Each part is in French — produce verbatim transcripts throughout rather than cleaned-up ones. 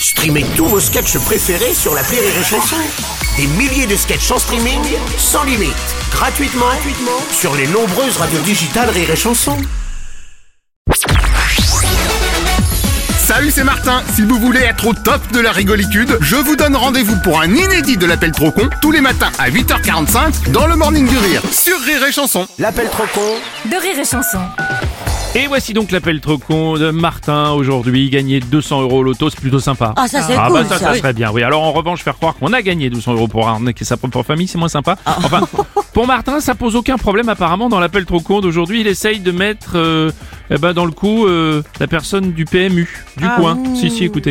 Streamez tous vos sketchs préférés sur l'appli Rire et Chanson. Des milliers de sketchs en streaming, sans limite, gratuitement, gratuitement sur les nombreuses radios digitales Rire et Chanson. Salut, c'est Martin. Si vous voulez être au top de la rigolitude, je vous donne rendez-vous pour un inédit de l'appel trop con tous les matins à huit heures quarante-cinq dans le Morning du Rire sur Rire et Chanson. L'appel trop con de Rire et Chanson. Et voici donc l'appel trop con de Martin aujourd'hui. Gagner deux cents euros au loto, c'est plutôt sympa. Ah, ça c'est ah, cool. bah ça, ça, ça serait bien, oui. Alors en revanche, faire croire qu'on a gagné deux cents euros pour arnaquer sa propre famille, c'est moins sympa. Ah. Enfin, pour Martin, ça pose aucun problème apparemment dans l'appel trop con d'aujourd'hui. Il essaye de mettre euh, eh ben, dans le coup euh, la personne du P M U, du ah, coin. mmh. Si, si, écoutez.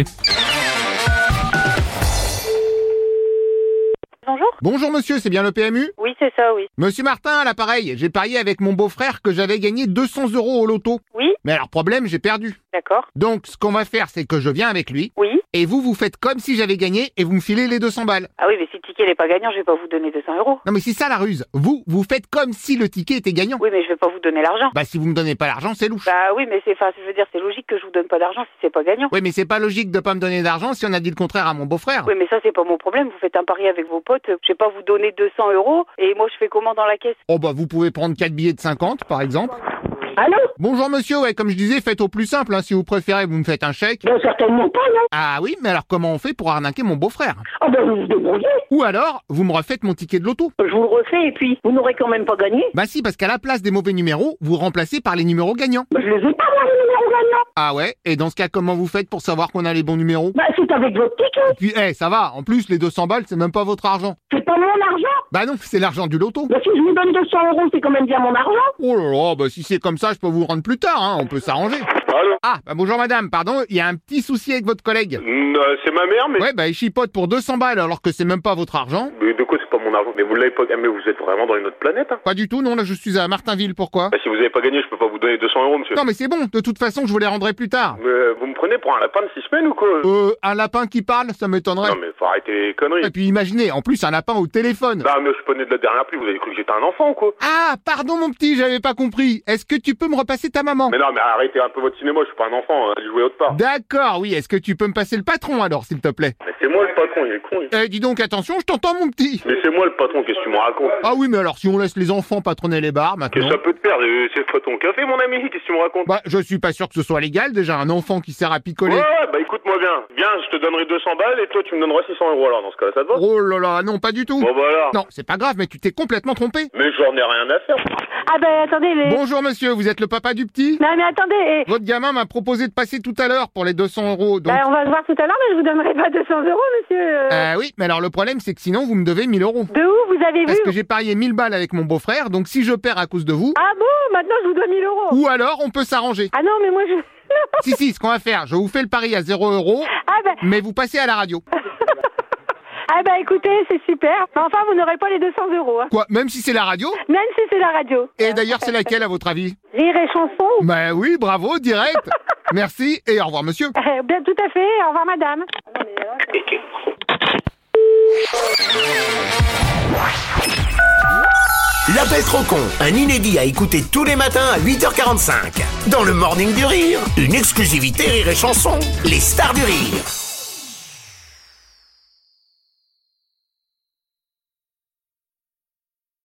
Bonjour. Bonjour monsieur, c'est bien le P M U? Oui, c'est ça, oui. Monsieur Martin, à l'appareil, j'ai parié avec mon beau-frère que j'avais gagné deux cents euros au loto. Oui. Mais alors problème, j'ai perdu. D'accord. Donc ce qu'on va faire, c'est que je viens avec lui. Oui. Et vous, vous faites comme si j'avais gagné et vous me filez les deux cents balles. Ah oui, mais si le ticket n'est pas gagnant, je vais pas vous donner deux cents euros. Non mais c'est ça la ruse. Vous, vous faites comme si le ticket était gagnant. Oui, mais je vais pas vous donner l'argent. Bah si vous me donnez pas l'argent, c'est louche. Bah oui, mais c'est, enfin, je veux dire, c'est logique que je vous donne pas d'argent si c'est pas gagnant. Oui mais c'est pas logique de pas me donner d'argent si on a dit le contraire à mon beau-frère. Oui, mais ça, c'est pas mon problème. Vous faites un pari avec vos potes. Je vais pas vous donner deux cents euros et moi, je fais comment dans la caisse? Oh bah vous pouvez prendre quatre billets de cinquante par exemple. Allô? Bonjour monsieur, ouais, comme je disais, faites au plus simple, hein. Si vous préférez, vous me faites un chèque. Ben, certainement pas, non? Ah oui, mais alors comment on fait pour arnaquer mon beau-frère? Ah ben, vous vous débrouillez. Ou alors, vous me refaites mon ticket de loto. Je vous le refais et puis, vous n'aurez quand même pas gagné. Bah si, parce qu'à la place des mauvais numéros, vous remplacez par les numéros gagnants. Ben, je les ai pas, moi, les numéros gagnants. Ah ouais? Et dans ce cas, comment vous faites pour savoir qu'on a les bons numéros? Bah, c'est avec votre ticket. Et puis, eh, ça va, en plus, les deux cents balles, c'est même pas votre argent. C'est pas mon argent. Bah non, c'est l'argent du loto. Ben, si je vous donne deux cents euros, c'est quand même bien mon argent. Oh là là, bah si c'est comme ça, je peux vous rendre plus tard, hein, on peut s'arranger. Allô? Ah, bah bonjour madame, pardon, il y a un petit souci avec votre collègue. Mm, euh, c'est ma mère, mais... Ouais, bah il chipote pour deux cents balles alors que c'est même pas votre argent. Mais de quoi c'est pas mon argent? Mais vous l'avez pas... Mais vous êtes vraiment dans une autre planète, hein? Pas du tout, non, là je suis à Martinville, pourquoi? Bah, si vous avez pas gagné, je peux pas vous donner deux cents euros, monsieur. Non mais c'est bon, de toute façon je vous les rendrai plus tard. Mais euh, vous me prenez pour un lapin de six semaines ou quoi? Euh, un lapin qui parle, ça m'étonnerait. Non mais faut arrêter les conneries. Et puis imaginez, en plus un lapin au téléphone. Bah mais je suis pas né de la dernière pluie, vous avez cru que j'étais un enfant ou quoi? Ah, pardon mon petit, j'avais pas compris. Est-ce que tu peux me repasser ta maman? Mais non mais arrêtez un peu votre cinéma, je suis pas un enfant, allez jouer autre part. D'accord, oui, est-ce que tu peux me passer le patron alors, s'il te plaît? Mais c'est moi le patron, il est con. il- Eh, dis donc, attention, je t'entends mon petit. Mais c'est moi le patron, qu'est-ce que tu me racontes? Ah oui, mais alors si on laisse les enfants patronner les bars Qu'est-ce que maintenant... ça peut te perdre? Euh, C'est pas ton café mon ami, qu'est-ce que tu me racontes? Bah, je suis pas sûr que ce soit légal, déjà, un enfant qui sert à picoler. Ouais, ouais, bah écoute-moi bien. Viens, je te donnerai deux cents balles et toi tu me donneras six cents euros alors dans ce cas-là, ça te va? Oh là là, non, pas du tout. Bon bah alors. Non, c'est pas grave, mais tu t'es complètement trompé. Mais j'en ai rien à faire. Ah ben, attendez, les... Bonjour monsieur, vous êtes le papa du petit? Non, mais attendez, eh. Votre gamin m'a proposé de passer tout à l'heure pour les deux cents euros, donc... Ben, on va se voir tout à l'heure, mais je vous donnerai pas deux cents euros, monsieur. euh. Euh, oui, mais alors le problème, c'est que sinon, vous me devez mille euros. De où vous avez vu? Parce que j'ai parié mille balles avec mon beau-frère, donc si je perds à cause de vous, Ah bon? Maintenant, je vous donne mille euros. ou alors on peut s'arranger. Ah non, mais moi, je... Si, si, ce qu'on va faire, je vous fais le pari à zéro euros, Ah ben... mais vous passez à la radio. Ah ben, écoutez, c'est super. Mais enfin, vous n'aurez pas les deux cents euros, hein. Quoi, même si c'est la radio? Même si c'est la radio. Et d'ailleurs, c'est laquelle à votre avis? Rire et chanson? Bah oui, bravo, direct. Merci, et au revoir monsieur. Eh bien, tout à fait. Au revoir, madame. L'appel trop con, un inédit à écouter tous les matins à huit heures quarante-cinq. Dans le Morning du Rire, une exclusivité Rire et Chanson, les stars du rire.